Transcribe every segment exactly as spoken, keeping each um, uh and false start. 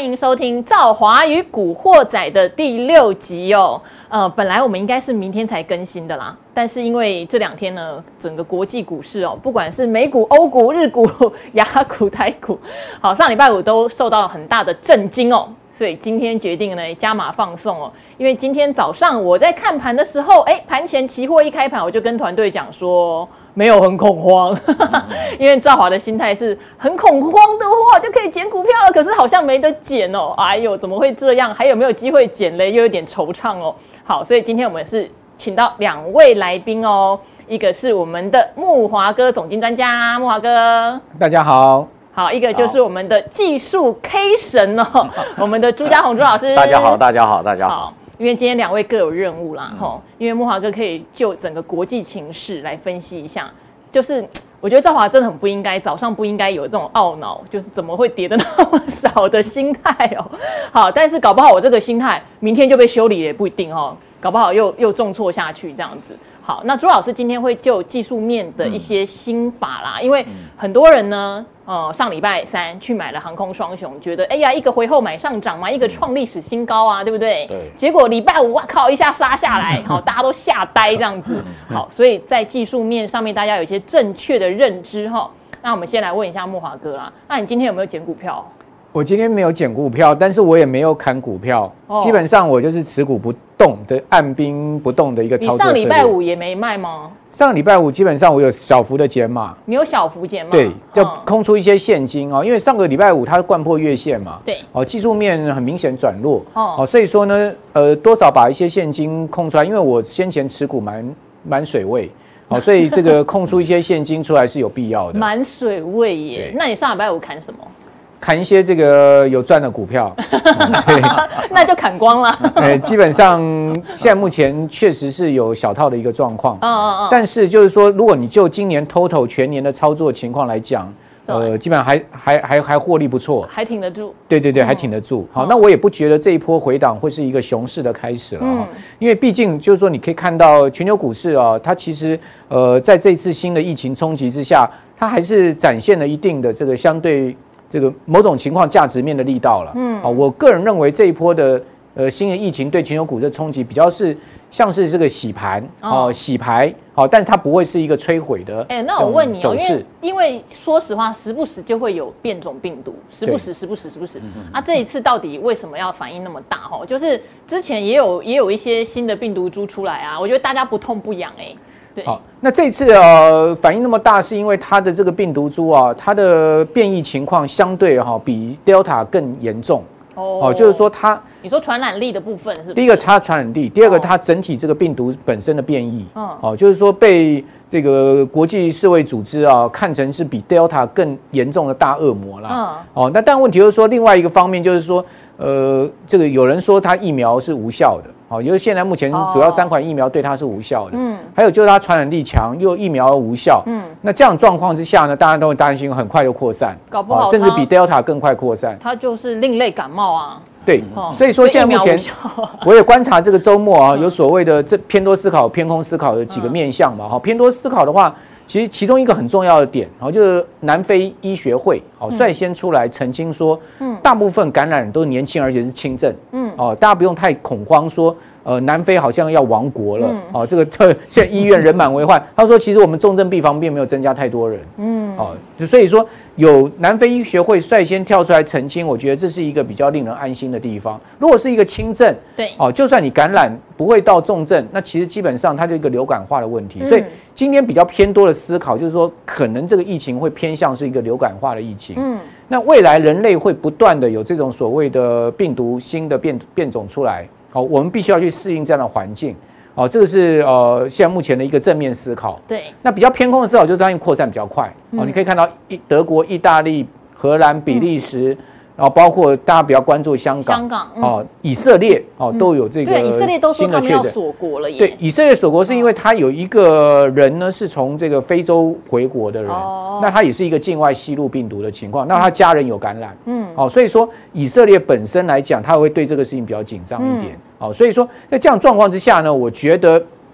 欢迎收听《赵华与古惑仔》的第六集哦。呃，本来我们应该是明天才更新的啦，但是因为这两天呢，整个国际股市哦，不管是美股、欧股、日股、亚股、台股，好，上礼拜五都受到很大的震惊哦。所以今天决定呢加码放送哦，因为今天早上我在看盘的时候，哎，盘前期货一开盘，我就跟团队讲说没有很恐慌，因为赵华的心态是很恐慌的话就可以捡股票了，可是好像没得捡哦，哎呦，怎么会这样？还有没有机会捡嘞？又有点惆怅哦。好，所以今天我们是请到两位来宾哦，一个是我们的木华哥总经专家，木华哥， 大家好。 好，一个就是我们的技术 K 神哦，我们的朱家宏朱老师。 大家好，大家好，大家好。 好，因为今天两位各有任务啦，吼、嗯，因为木华哥可以就整个国际情势来分析一下，就是我觉得赵华真的很不应该，早上不应该有这种懊恼，就是怎么会跌得那么少的心态哦。好，但是搞不好我这个心态明天就被修理了也不一定哦，搞不好又又重挫下去这样子。好，那朱老师今天会就技术面的一些心法啦，嗯、因为很多人呢，呃，上礼拜三去买了航空双雄，觉得哎呀，一个回后买上涨嘛，一个创历史新高啊，对不对？对。结果礼拜五，哇靠，一下杀下来，好，大家都吓呆这样子。好，所以在技术面上面，大家有一些正确的认知哈。那我们先来问一下木华哥啦，那你今天有没有捡股票？ 我今天没有捡股票，但是我也没有砍股票，哦、基本上我就是持股不动的按兵不动的一个操作。 你上礼拜五也没卖吗？ 上礼拜五基本上我有小幅的减码。 你有小幅减码？ 对，就空出一些现金哦，因为上个礼拜五它掼破月线嘛， 对， 哦，技术面很明显转弱，哦，所以说呢，呃，多少把一些现金空出来，因为我先前持股蛮蛮水位。好，所以这个空出一些现金出来是有必要的。 蛮水位耶，那你上礼拜五砍什么？ 砍一些这个有赚的股票， 对，那就砍光了。 哎，基本上现在目前确实是有小套的一个状况。嗯嗯嗯。但是就是说，如果你就今年 total 全年的操作情况来讲，呃，基本上还还还还获利不错， 还挺得住。 对对对，还挺得住。好，那我也不觉得这一波回档会是一个熊市的开始了哈，因为毕竟就是说，你可以看到全球股市啊，它其实呃在这次新的疫情冲击之下，它还是展现了一定的这个相对。这个某种情况价值面的力道了，嗯，啊，我个人认为这一波的呃新的疫情对全球股市的冲击比较是像是这个洗盘，哦、呃，洗牌，好、呃，但是它不会是一个摧毁的。 哎、欸，那我问你哦，因为因为说实话，时不时就会有变种病毒，时不时，时不时，时不时，啊，这一次到底为什么要反应那么大？哈，就是之前也有也有一些新的病毒株出来啊，我觉得大家不痛不痒哎、欸。 好，那这次呃反应那么大，是因为它的这个病毒株啊，它的变异情况相对哈、哦、比 Delta 更严重。哦，哦，就是说它， 你说传染力的部分是不是？ 第一个它传染力，第二个它整体这个病毒本身的变异。嗯，哦，就是说被这个国际世卫组织啊看成是比 Delta 更严重的大恶魔啦。嗯，哦，那但问题就是说，另外一个方面就是说，呃，这个有人说它疫苗是无效的。哦，因为现在目前主要三款疫苗对它是无效的，嗯，还有就是它传染力强，又疫苗无效，嗯，那这样状况之下呢，大家都会担心很快就扩散， 搞不好、哦、 甚至比 Delta 更快扩散， 它就是另类感冒啊。 对，嗯、所以说现在目前我也观察这个周末啊，有所谓的这偏多思考、偏空思考的几个面向嘛，哈、嗯，偏多思考的话。其实其中一个很重要的点，哦，就是南非医学会哦率先出来澄清说，嗯，大部分感染人都是年轻，而且是轻症，嗯，哦，大家不用太恐慌，说，呃，南非好像要亡国了，嗯、哦，这个现在医院人满为患。他说，其实我们重症病房并没有增加太多人，嗯，哦，所以说有南非医学会率先跳出来澄清，我觉得这是一个比较令人安心的地方。如果是一个轻症， 对， 哦，就算你感染不会到重症，那其实基本上它就一个流感化的问题，嗯、所以。今天比较偏多的思考，就是说，可能这个疫情会偏向是一个流感化的疫情。嗯，那未来人类会不断的有这种所谓的病毒新的变变种出来，好，我们必须要去适应这样的环境。哦，这个是呃现在目前的一个正面思考。对，那比较偏空的思考就是它扩散比较快。哦，嗯、你可以看到意德国、意大利、荷兰、比利时。嗯然后包括大家比较关注香港、 香港、嗯、 哦、以色列哦，都有这个对，以色列都说他们要锁国了耶。 对，以色列锁国是因为他有一个人呢是从这个非洲回国的人，哦、那他也是一个境外吸入病毒的情况，那他家人有感染，嗯，哦，所以说以色列本身来讲，他会对这个事情比较紧张一点，嗯、哦，所以说在这样状况之下呢，我觉得。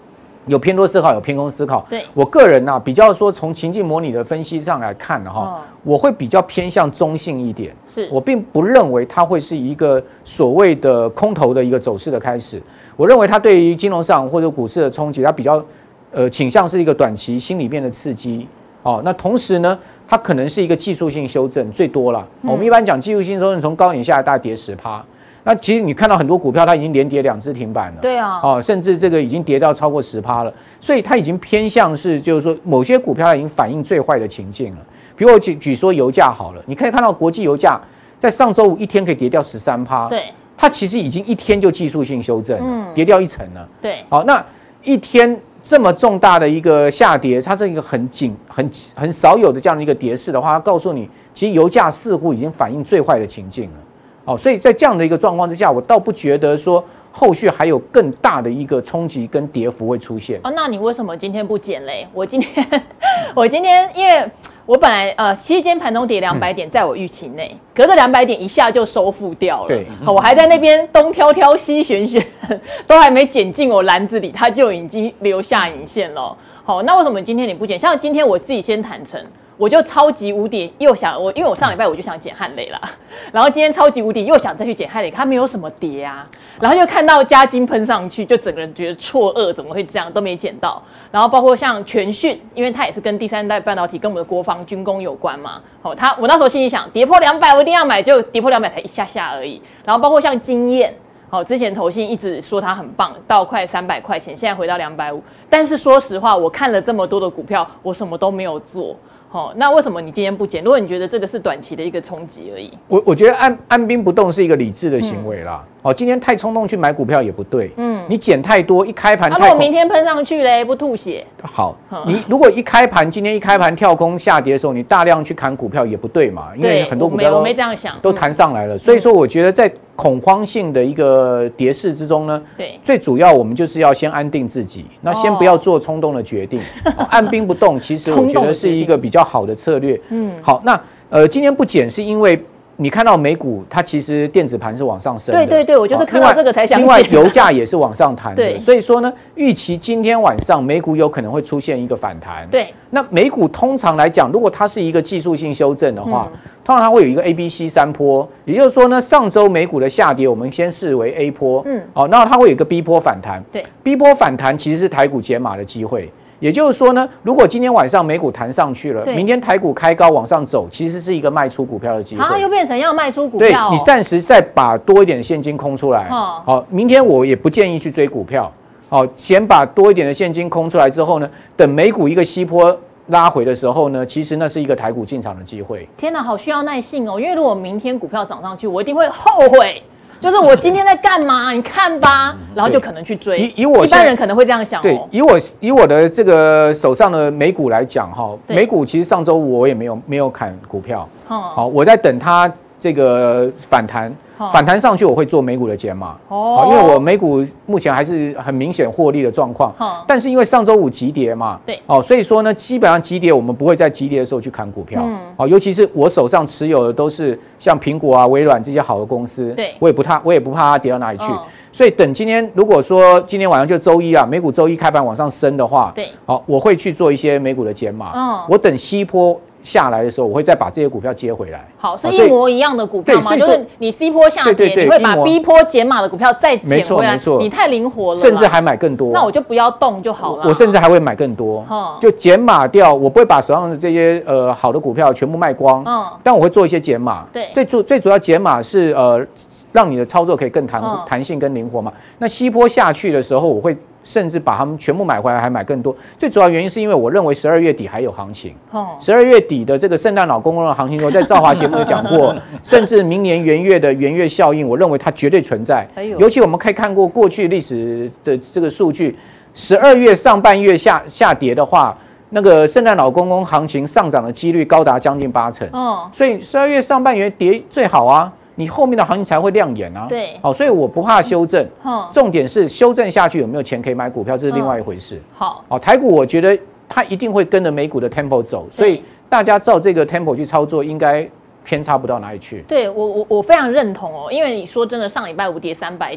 有偏多思考，有偏空思考。 对， 我个人呢、啊，比较说从情境模拟的分析上来看哈、哦，我会比较偏向中性一点。 是我并不认为它会是一个所谓的空头的一个走势的开始。我认为它对于金融市场或者股市的冲击，它比较呃倾向是一个短期心里面的刺激。哦，那同时呢，它可能是一个技术性修正，最多了。嗯、我们一般讲技术性修正，从高点下来大概跌十趴。那其实你看到很多股票，它已经连跌两只停板了， 对啊， 哦，甚至这个已经跌到超过十趴了，所以它已经偏向是，就是说某些股票它已经反映最坏的情境了。比如我举举说油价好了，你可以看到国际油价在上周五一天可以跌掉十三趴， 对， 它其实已经一天就技术性修正了，嗯，跌掉一层了， 对， 好，那一天这么重大的一个下跌，它是一个很紧、很很少有的这样的一个跌势的话，它告诉你，其实油价似乎已经反映最坏的情境了。哦，所以在这样的一个状况之下，我倒不觉得说后续还有更大的一个冲击跟跌幅会出现。 哦，那你为什么今天不减嘞？我今天，我今天因为我本来呃，其实今天盘中跌两百点，在我预期内，嗯、可是这两百点一下就收复掉了。 对， 嗯、我还在那边东挑挑西选选，都还没减进我篮子里，它就已经留下影线了。好，那为什么今天你不减？像今天我自己先坦诚。我就超级无敌又想我，因为我上礼拜我就想减汉磊啦，然后今天超级无敌又想再去减汉磊，它没有什么跌啊，然后又看到嘉金喷上去，就整个人觉得错愕，怎么会这样都没减到。然后包括像全讯，因为它也是跟第三代半导体跟我们的国防军工有关嘛，哦，它我那时候心里想跌破两百我一定要买，就跌破两百才一下下而已。然后包括像经验。好，之前投信一直说它很棒，到快三百块钱，现在回到两百五。但是说实话，我看了这么多的股票，我什么都没有做。好、哦，那为什么你今天不减？如果你觉得这个是短期的一个冲击而已， 我我觉得按按兵不动是一个理智的行为啦。嗯、哦，今天太冲动去买股票也不对。嗯，你减太多，一开盘太空， 那、啊、我明天喷上去嘞，不吐血。 好，嗯、你如果一开盘，今天一开盘跳空下跌的时候，你大量去砍股票也不对嘛，因为很多股票都我没这样想， 都弹上来了。嗯、所以说，我觉得在恐慌性的一个跌势之中呢， 对， 最主要我们就是要先安定自己，那先不要做冲动的决定，哦、按兵不动，其实我觉得是一个比较好的策略。嗯，好，那呃，今天不减是因为你看到美股，它其实电子盘是往上升的， 对对对，我就是看到这个才想减。 另外，油价也是往上弹的，所以说呢，预期今天晚上美股有可能会出现一个反弹。 对， 那美股通常来讲，如果它是一个技术性修正的话，嗯、通常它会有一个 A、B、C 三波，也就是说呢，上周美股的下跌，我们先视为 A 波，嗯，好，那它会有一个 B 波反弹， 对 ，B 波反弹其实是台股解码的机会。也就是说呢，如果今天晚上美股弹上去了，明天台股开高往上走，其实是一个卖出股票的机会。 啊，又变成要卖出股票、哦。 对，你暂时再把多一点的现金空出来。哦、好，明天我也不建议去追股票。好，先把多一点的现金空出来之后呢，等美股一个西坡拉回的时候呢，其实那是一个台股进场的机会。 天哪，好需要耐性哦，因为如果明天股票涨上去，我一定会后悔。就是我今天在干嘛？你看吧，然后就可能去追。 以以我一般人可能会这样想哦。 对，以我以我的这个手上的美股来讲哈，美股其实上周五我也没有没有砍股票，好，我在等它这个反弹。反弹上去，我会做美股的减码哦，因为我美股目前还是很明显获利的状况，但是因为上周五急跌嘛， 对， 哦，所以说呢，基本上急跌我们不会在急跌的时候去砍股票，嗯，哦，尤其是我手上持有的都是像苹果啊、微软这些好的公司， 对， 我也不怕，我也不怕它跌到哪里去，所以等今天如果说今天晚上就周一啊，美股周一开盘往上升的话， 对， 好，我会去做一些美股的减码，嗯，我等西坡下来的时候，我会再把这些股票接回来。 好，是一模一样的股票吗？就是你 C 波下跌， 对对对， 你会把 B 波减码的股票再减回来。 没错， 你太灵活了， 甚至还买更多。 那我就不要动就好了。 我甚至还会买更多，就减码掉。我不会把手上的这些呃好的股票全部卖光，嗯，但我会做一些减码。 对， 最主最主要减码是呃让你的操作可以更弹弹性跟灵活嘛。那 C 波下去的时候，我会甚至把它们全部买回来，还买更多。最主要原因是因为我认为十二月底还有行情。十二月底的这个圣诞老公公的行情，我在兆华节目有讲过，甚至明年元月的元月效应，我认为它绝对存在。尤其我们可以看过过去历史的这个数据，十二月上半月下下跌的话，那个圣诞老公公行情上涨的几率高达将近八成。哦，所以十二月上半月跌最好啊。你后面的行情才会亮眼啊！ 对， 好，所以我不怕修正，重点是修正下去有没有钱可以买股票，这是另外一回事。 好， 好，台股我觉得它一定会跟着美股的 tempo 走，所以大家照这个 tempo 去操作，应该偏差不到哪里去。 对我我我非常认同哦，因为你说真的，上礼拜五跌三百点。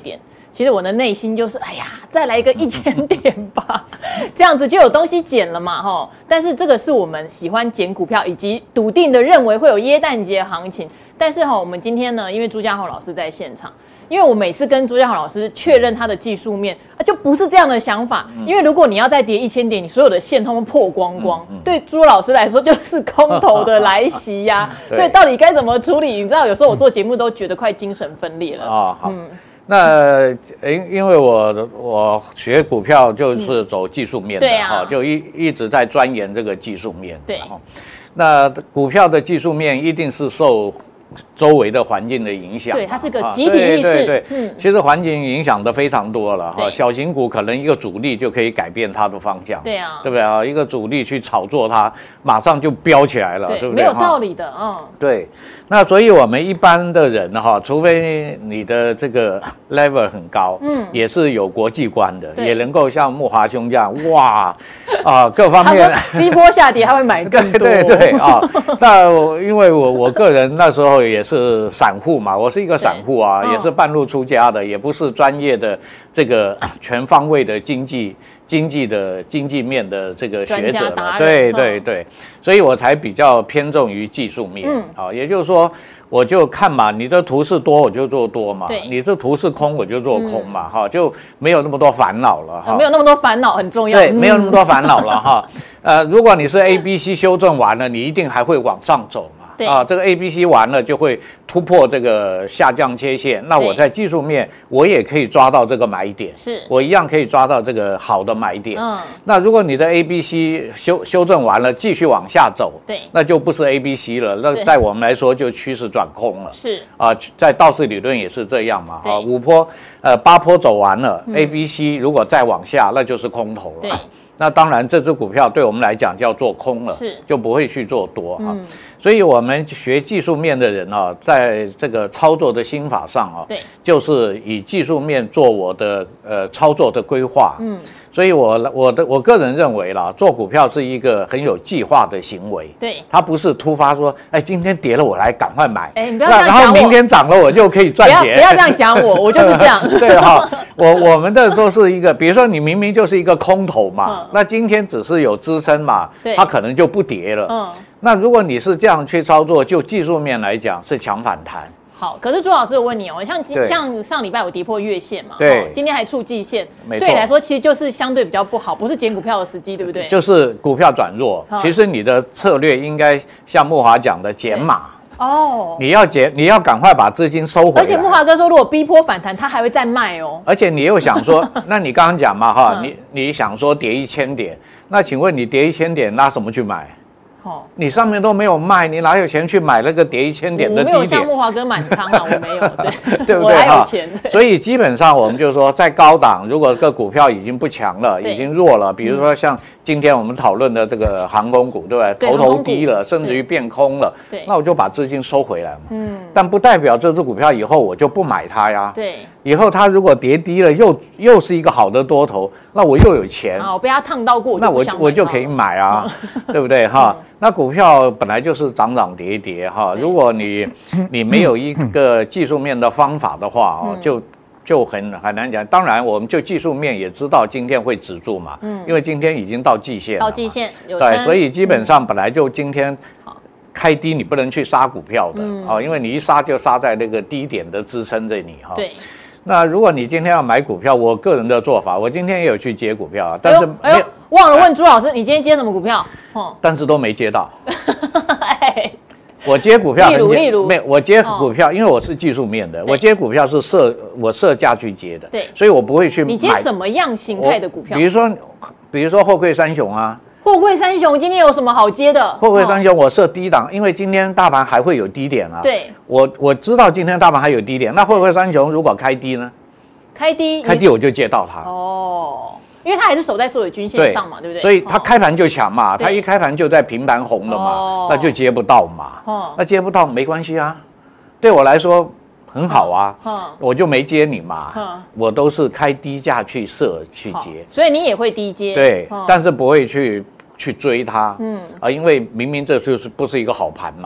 其实我的内心就是，哎呀，再来一个一千点吧，这样子就有东西捡了嘛，哈。但是这个是我们喜欢捡股票，以及笃定的认为会有耶诞节行情。但是哈，我们今天呢，因为朱家豪老师在现场，因为我每次跟朱家豪老师确认他的技术面，啊，就不是这样的想法。嗯、因为如果你要再跌一千点，你所有的线通通破光光，嗯嗯、对朱老师来说就是空头的来袭呀、啊。所以到底该怎么处理？你知道，有时候我做节目都觉得快精神分裂了。 啊、好。嗯那因因为我我学股票就是走技术面的哈、嗯啊，就一一直在钻研这个技术面。 对， 那股票的技术面一定是受周围的环境的影响。 对，它是个集体意识。 对对对，嗯，其实环境影响的非常多了哈。小型股可能一个主力就可以改变它的方向。 对啊， 对不对啊？一个主力去炒作它，马上就飙起来了，对不对？ 没有道理的，嗯。 对。那所以我们一般的人哈，除非你的这个 level 很高，嗯，也是有国际观的，也能够像慕骅兄这样，哇，啊，各方面这一波下跌他会买更多， 对对对啊。那因为我我个人那时候也是散户嘛，我是一个散户啊，也是半路出家的，也不是专业的这个全方位的经济。经济的经济面的这个学者了，对对对，所以我才比较偏重于技术面。嗯，好，也就是说，我就看嘛，你的图是多我就做多嘛，你这图是空我就做空嘛，哈、嗯，就没有那么多烦恼了哈、 哦，没有那么多烦恼很重要， 对，嗯、没有那么多烦恼了哈。呃，如果你是 A、B、C 修正完了，你一定还会往上走嘛。啊，这个 A、B、C 完了就会突破这个下降切线，那我在技术面我也可以抓到这个买点， 是我一样可以抓到这个好的买点。嗯，那如果你的 A、B、C 修修正完了，继续往下走，对，那就不是 A、B、C 了，那在我们来说就趋势转空了。是啊，在道氏理论也是这样嘛，哈，五波呃八波走完了、嗯、，A、B、C 如果再往下，那就是空头了。对。那当然，这只股票对我们来讲叫做空了，是就不会去做多哈、嗯。所以，我们学技术面的人啊，在这个操作的心法上啊，对，就是以技术面做我的呃操作的规划。嗯，所以我我的我个人认为啦，做股票是一个很有计划的行为。对，它不是突发说，哎，今天跌了我来赶快买，哎，你不要这样讲我，然后明天涨了我就可以赚钱。 不要不要这样讲我，我就是这样。 对哈，我我们的都是一个，比如说你明明就是一个空头嘛。嗯，那今天只是有支撑嘛，它可能就不跌了。嗯，那如果你是这样去操作，就技术面来讲是强反弹。 好，可是朱老师，我问你哦，像像上礼拜我跌破月线嘛，对，今天还触季线，对你来说其实就是相对比较不好，不是捡股票的时机，对不对？ 就是股票转弱，其实你的策略应该像慕骅讲的减码。哦，你要减，你要赶快把资金收回来。 而且慕骅哥说，如果逼迫反弹，他还会再卖哦。 而且你又想说，那你刚刚讲嘛哈，你你想说跌一千点，那请问你跌一千点拿什么去买？哦，你上面都没有卖，你哪有钱去买那个跌一千点的低点？ 我没有像慕骅哥满仓啊，我没有，对， 对不对？我还有钱。 所以基本上我们就说，在高档，如果个股票已经不强了，已经弱了，比如说像今天我们讨论的这个航空股，对不对？头头低了，甚至于变空了，那我就把资金收回来嘛。嗯，但不代表这只股票以后我就不买它呀。对，以后它如果跌低了，又又是一个好的多头，那我又有钱啊，我被它烫到过， 那我我就可以买啊，对不对哈？那股票本来就是涨涨跌跌哈，如果你你没有一个技术面的方法的话哦，就就很很难讲。当然，我们就技术面也知道今天会止住嘛，嗯，因为今天已经到季线了， 到季线有对，所以基本上本来就今天开低你不能去杀股票的啊，因为你一杀就杀在那个低点的支撑这里哈。对。那如果你今天要买股票，我个人的做法，我今天也有去接股票啊，但是没有、哎、 忘了问朱老师，你今天接什么股票？哦， 但是都没接到。哎、我接股票很简，例如例如没有，我接股票，哦、因为我是技术面的，我接股票是设我设价去接的，对，所以我不会去买。 你接什么样形态的股票？ 比如说，比如说货柜三雄啊。 货柜三雄今天有什么好接的？ 货柜三雄我设低档，因为今天大盘还会有低点啊。对，我我知道今天大盘还有低点，那货柜三雄如果开低呢？ 开低， 开低我就接到它。 哦，因为它还是守在所有均线上嘛，对不对？ 所以它开盘就强嘛，它一开盘就在平盘红了嘛，那就接不到嘛。哦，那接不到没关系啊，对我来说很好啊。我就没接你嘛，我都是开低价去设去接， 所以你也会低接。 对，但是不会去去追它。嗯啊，因为明明这就是不是一个好盘嘛。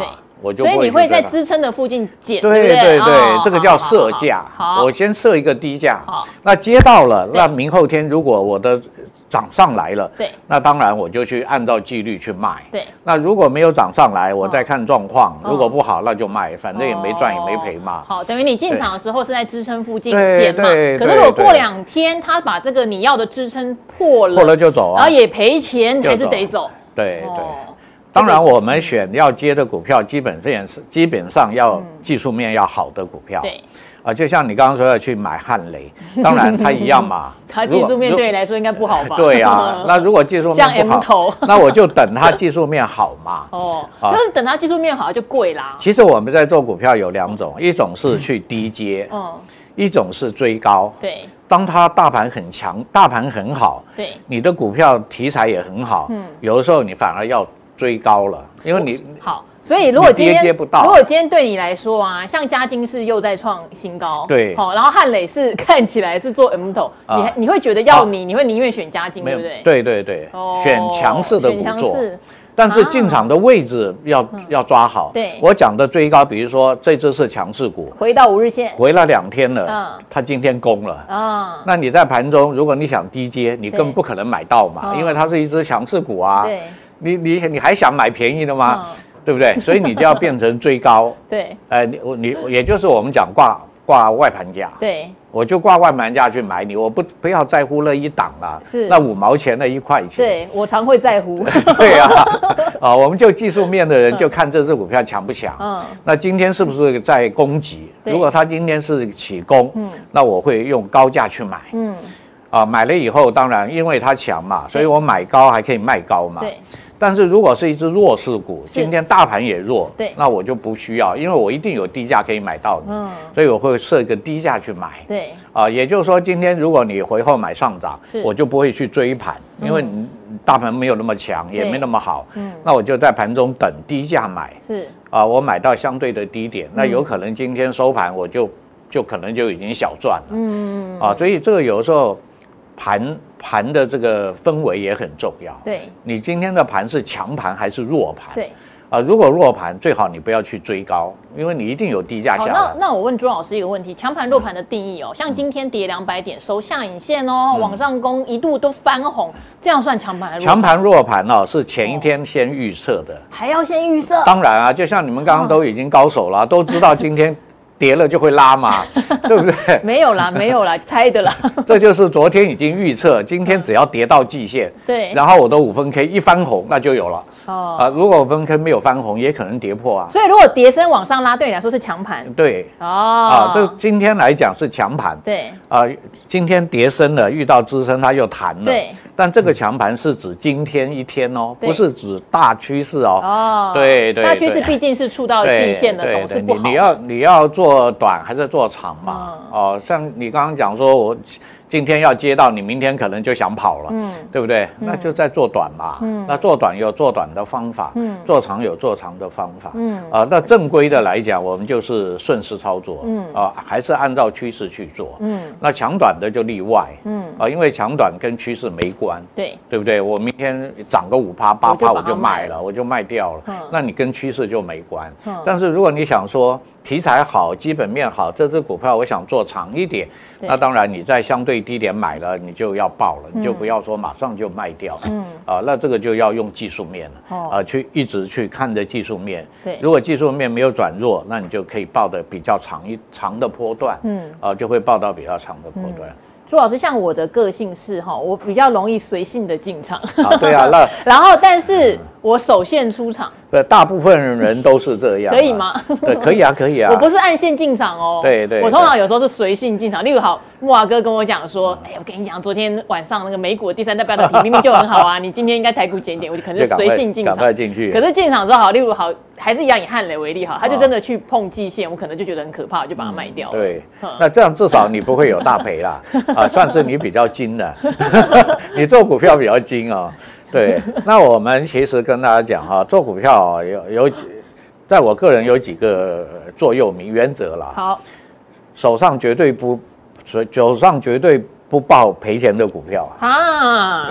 我就所以你会在支撑的附近减， 对对对对，这个叫设价。我先设一个低价，那接到了，那明后天如果我的涨上来了， 对， 那当然我就去按照纪律去卖。 对， 那如果没有涨上来，我再看状况，如果不好那就卖，反正也没赚也没赔嘛。 好，等于你进场的时候是在支撑附近减嘛。可是如果过两天他把这个你要的支撑破了， 破了就走啊， 然后也赔钱，还是得走。 对对。当然，我们选要接的股票，基本面是基本上要技术面要好的股票。对。啊，就像你刚刚说要去买汉雷，当然它一样嘛。 它技术面对你来说应该不好吧？ 对啊，那如果技术面像 M 头， 那我就等它技术面好嘛。 哦，就是等它技术面好就贵啦。 其实我们在做股票有两种，一种是去低接，嗯，一种是追高。对，当它大盘很强，大盘很好，对，你的股票题材也很好，嗯，有的时候你反而要追高了，因为你好。所以如果今天如果今天对你来说啊，像嘉金是又在创新高， 对， 好，然后汉磊是看起来是做 M 头，你你会觉得要你，你会宁愿选嘉金，对不对？ 对对对，选强势的股做，但是进场的位置要要抓好。对，我讲的追高，比如说这只是强势股， 回到五日线， 回了两天了，它今天攻了啊，那你在盘中，如果你想低接，你根本不可能买到嘛，因为它是一只强势股啊，对，你你你还想买便宜的吗？对不对？所以你就要变成追高。对，哎，你你也就是我们讲挂挂外盘价。对，我就挂外盘价去买你，我不不要在乎那一档啦。是，那五毛钱的一块钱。 对，我常会在乎。 对啊，啊，我们就技术面的人就看这只股票强不强。嗯。那今天是不是在攻击？如果它今天是起攻，嗯，那我会用高价去买。嗯。啊，买了以后，当然因为它强嘛，所以我买高还可以卖高嘛。对。但是如果是一只弱势股，今天大盘也弱，对，那我就不需要，因为我一定有低价可以买到你，嗯，所以我会设一个低价去买，对，啊，也就是说，今天如果你回后买上涨，我就不会去追盘，因为你大盘没有那么强，也没那么好，嗯，那我就在盘中等低价买，是，啊，我买到相对的低点，那有可能今天收盘我就就可能就已经小赚了，嗯，啊，所以这个有时候。盘盘的这个氛围也很重要。对，你今天的盘是强盘还是弱盘？对，啊，如果弱盘，最好你不要去追高，因为你一定有低价下来。 那那我问朱老师一个问题：强盘弱盘的定义哦，像今天跌两百点收下影线哦，嗯、往上攻一度都翻红，这样算强盘还是弱盘？ 强盘弱盘哦，是前一天先预测的， 还要先预测？ 当然啊，就像你们刚刚都已经高手了，都知道今天。跌了就会拉嘛，对不对？ 没有啦，没有啦，猜的啦。 这就是昨天已经预测，今天只要跌到季线，对，然后我的五分 K 一翻红，那就有了。哦，啊，如果五分 K 没有翻红，也可能跌破啊。 所以如果跌升往上拉，对你来说是强盘。 对，哦，啊，这今天来讲是强盘。对，啊，今天跌升了，遇到支撑它又弹了。对，但这个强盘是指今天一天哦，不是指大趋势哦。哦，对对， 大趋势毕竟是触到季线的，总是不好。 你要你要做。做短还是做长嘛？嗯、哦，像你刚刚讲说，我今天要接到，你明天可能就想跑了，嗯，对不对？嗯、那就在做短嘛。嗯，那做短有做短的方法，嗯，做长有做长的方法，嗯，啊，那正规的来讲，我们就是顺势操作，嗯，啊，还是按照趋势去做，嗯，那强短的就例外，嗯，啊，因为强短跟趋势没关，对，对不对？我明天涨个五趴八趴我就卖了，我就卖掉了，嗯、那你跟趋势就没关。嗯、但是如果你想说题材好，基本面好，这只股票我想做长一点，那当然你在相对低点买了，你就要爆了，你就不要说马上就卖掉，嗯，啊，那这个就要用技术面了，啊，去一直去看着技术面，对，如果技术面没有转弱，那你就可以抱的比较长一长的波段，嗯，啊，就会抱到比较长的波段。 朱老师，像我的个性是哈，我比较容易随性的进场， 啊，对啊，那然后但是我首线出场。 对，大部分人都是这样， 可以吗？ 对，可以啊，可以啊。 我不是按线进场哦， 对对。 我通常有时候是随性进场。例如，好，木华哥跟我讲说，哎，我跟你讲，昨天晚上那个美股的第三代半导体明明就很好啊，你今天应该台股减一点，我就可能是随性进场， 赶快进去。 可是进场之后，好，例如好，还是一样以汉磊为例，好，他就真的去碰季线，我可能就觉得很可怕，就把它卖掉了。 对，那这样至少你不会有大赔啦，啊，算是你比较精的，你做股票比较精哦。对，那我们其实跟大家讲哈，做股票有有，在我个人有几个座右铭原则啦。好，手上绝对不手上绝对不抱赔钱的股票啊。 啊，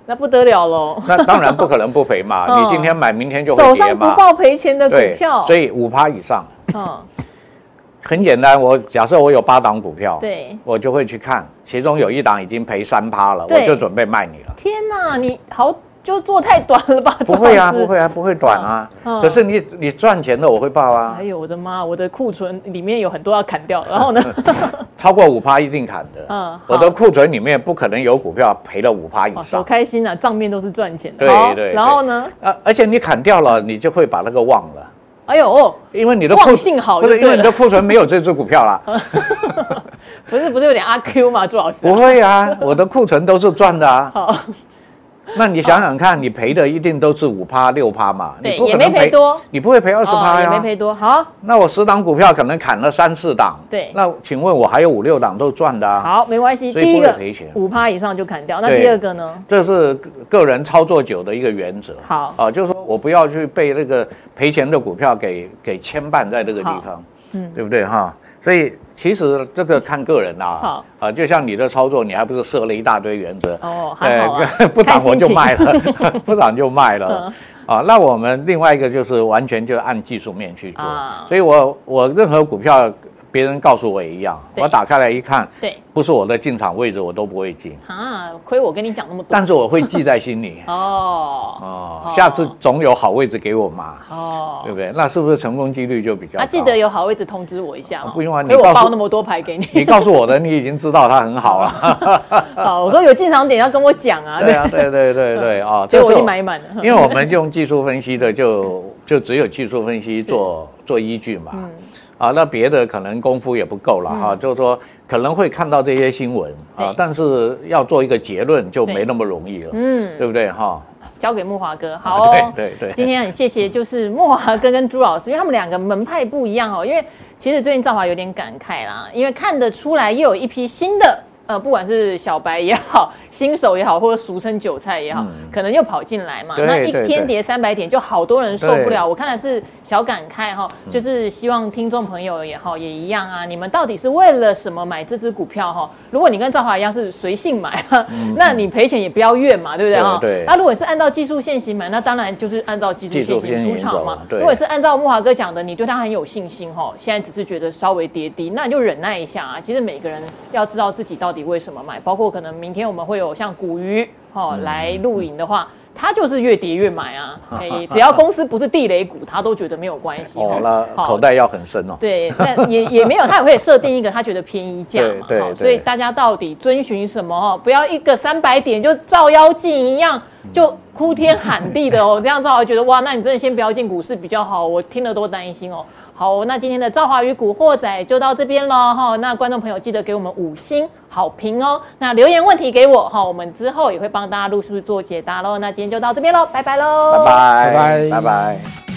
那不得了喽。 那当然不可能不赔嘛，你今天买，明天就会跌嘛。 手上不报赔钱的股票， 所以五趴以上。嗯。很简单，我假设我有八档股票，对，我就会去看，其中有一档已经赔三趴了，我就准备卖你了。 天哪，你好，就做太短了吧？ 不会啊，不会啊，不会短啊。嗯、可是你你赚钱的我会报啊。 哎呦我的妈，我的库存里面有很多要砍掉，然后呢？ 超过五趴一定砍的。嗯，我的库存里面不可能有股票赔了五趴以上。 好开心啊，账面都是赚钱的。 对 对, 对。 然后呢？ 啊，而且你砍掉了，你就会把那个忘了。 哎呦哦， 因为你的库性好， 不是因为你的库存没有这只股票啦。 不是不是有点阿 Q 吗，朱老师？ 不会啊，我的库存都是赚的啊。好，那你想想看，你赔的一定都是五趴六趴嘛？ 对，也没赔多， 你不会赔二十趴呀？ 也没赔多。好， 那我十档股票可能砍了三四档， 对， 那请问我还有五六档都赚的啊？ 好，没关系。第一个五趴以上就砍掉，那第二个呢？ 这是个人操作久的一个原则。 好啊，就是说我不要去被那个赔钱的股票给给牵绊在这个地方，嗯，对不对哈？所以其实这个看个人啊，好啊，就像你的操作，你还不是设了一大堆原则哦，还好啊， 不涨我就卖了，不涨就卖了啊。那我们另外一个就是完全就按技术面去做，所以我我任何股票。别人告诉我也一样，我打开来一看，对，不是我的进场位置，我都不会进啊。亏我跟你讲那么多， 但是我会记在心里。哦哦，下次总有好位置给我嘛。哦，对不对？那是不是成功几率就比较高？ 啊，记得有好位置通知我一下嘛。 不用啊， 你我报那么多牌给你， 你告诉我的，你已经知道它很好了。 好，我说有进场点要跟我讲啊。 对啊，对对对对啊， 这我已经买满了。 因为我们用技术分析的，就就只有技术分析做做依据嘛。嗯。啊，那别的可能功夫也不够了哈、嗯啊，就是说可能会看到这些新闻啊，但是要做一个结论就没那么容易了，嗯，对不对哈？ 交给木华哥，好、哦， 对对对。 今天很谢谢，就是木华哥跟朱老师，因为他们两个门派不一样哦。因为其实最近兆华有点感慨啦，因为看得出来又有一批新的。呃，不管是小白也好，新手也好，或者俗称韭菜也好，嗯、可能又跑进来嘛。那一天跌三百点，就好多人受不了。我看的是小感慨哈，就是希望听众朋友也好，也一样啊。你们到底是为了什么买这支股票哈？如果你跟兆华一样是随性买，嗯、那你赔钱也不要怨嘛，对不对哈？对。那如果是按照技术线型买，那当然就是按照技术线型出场嘛。如果是按照木华哥讲的，你对他很有信心哈，现在只是觉得稍微跌低，那你就忍耐一下啊。其实每个人要知道自己到底为什么买，包括可能明天我们会有像股鱼哦来录影的话，他就是越跌越买啊，欸、只要公司不是地雷股，他都觉得没有关系。 哦，那口袋要很深哦。 对，但也也没有，他也会设定一个他觉得便宜价嘛。对，所以大家到底遵循什么哦？不要一个三百点就照妖镜一样就哭天喊地的哦，这样兆华觉得哇，那你真的先不要进股市比较好，我听了都担心哦。好，那今天的兆华与古惑仔就到这边咯哈。那观众朋友记得给我们五星好评哦。那留言问题给我哈，我们之后也会帮大家陆续做解答咯。那今天就到这边咯，拜拜咯， 拜拜拜拜拜拜。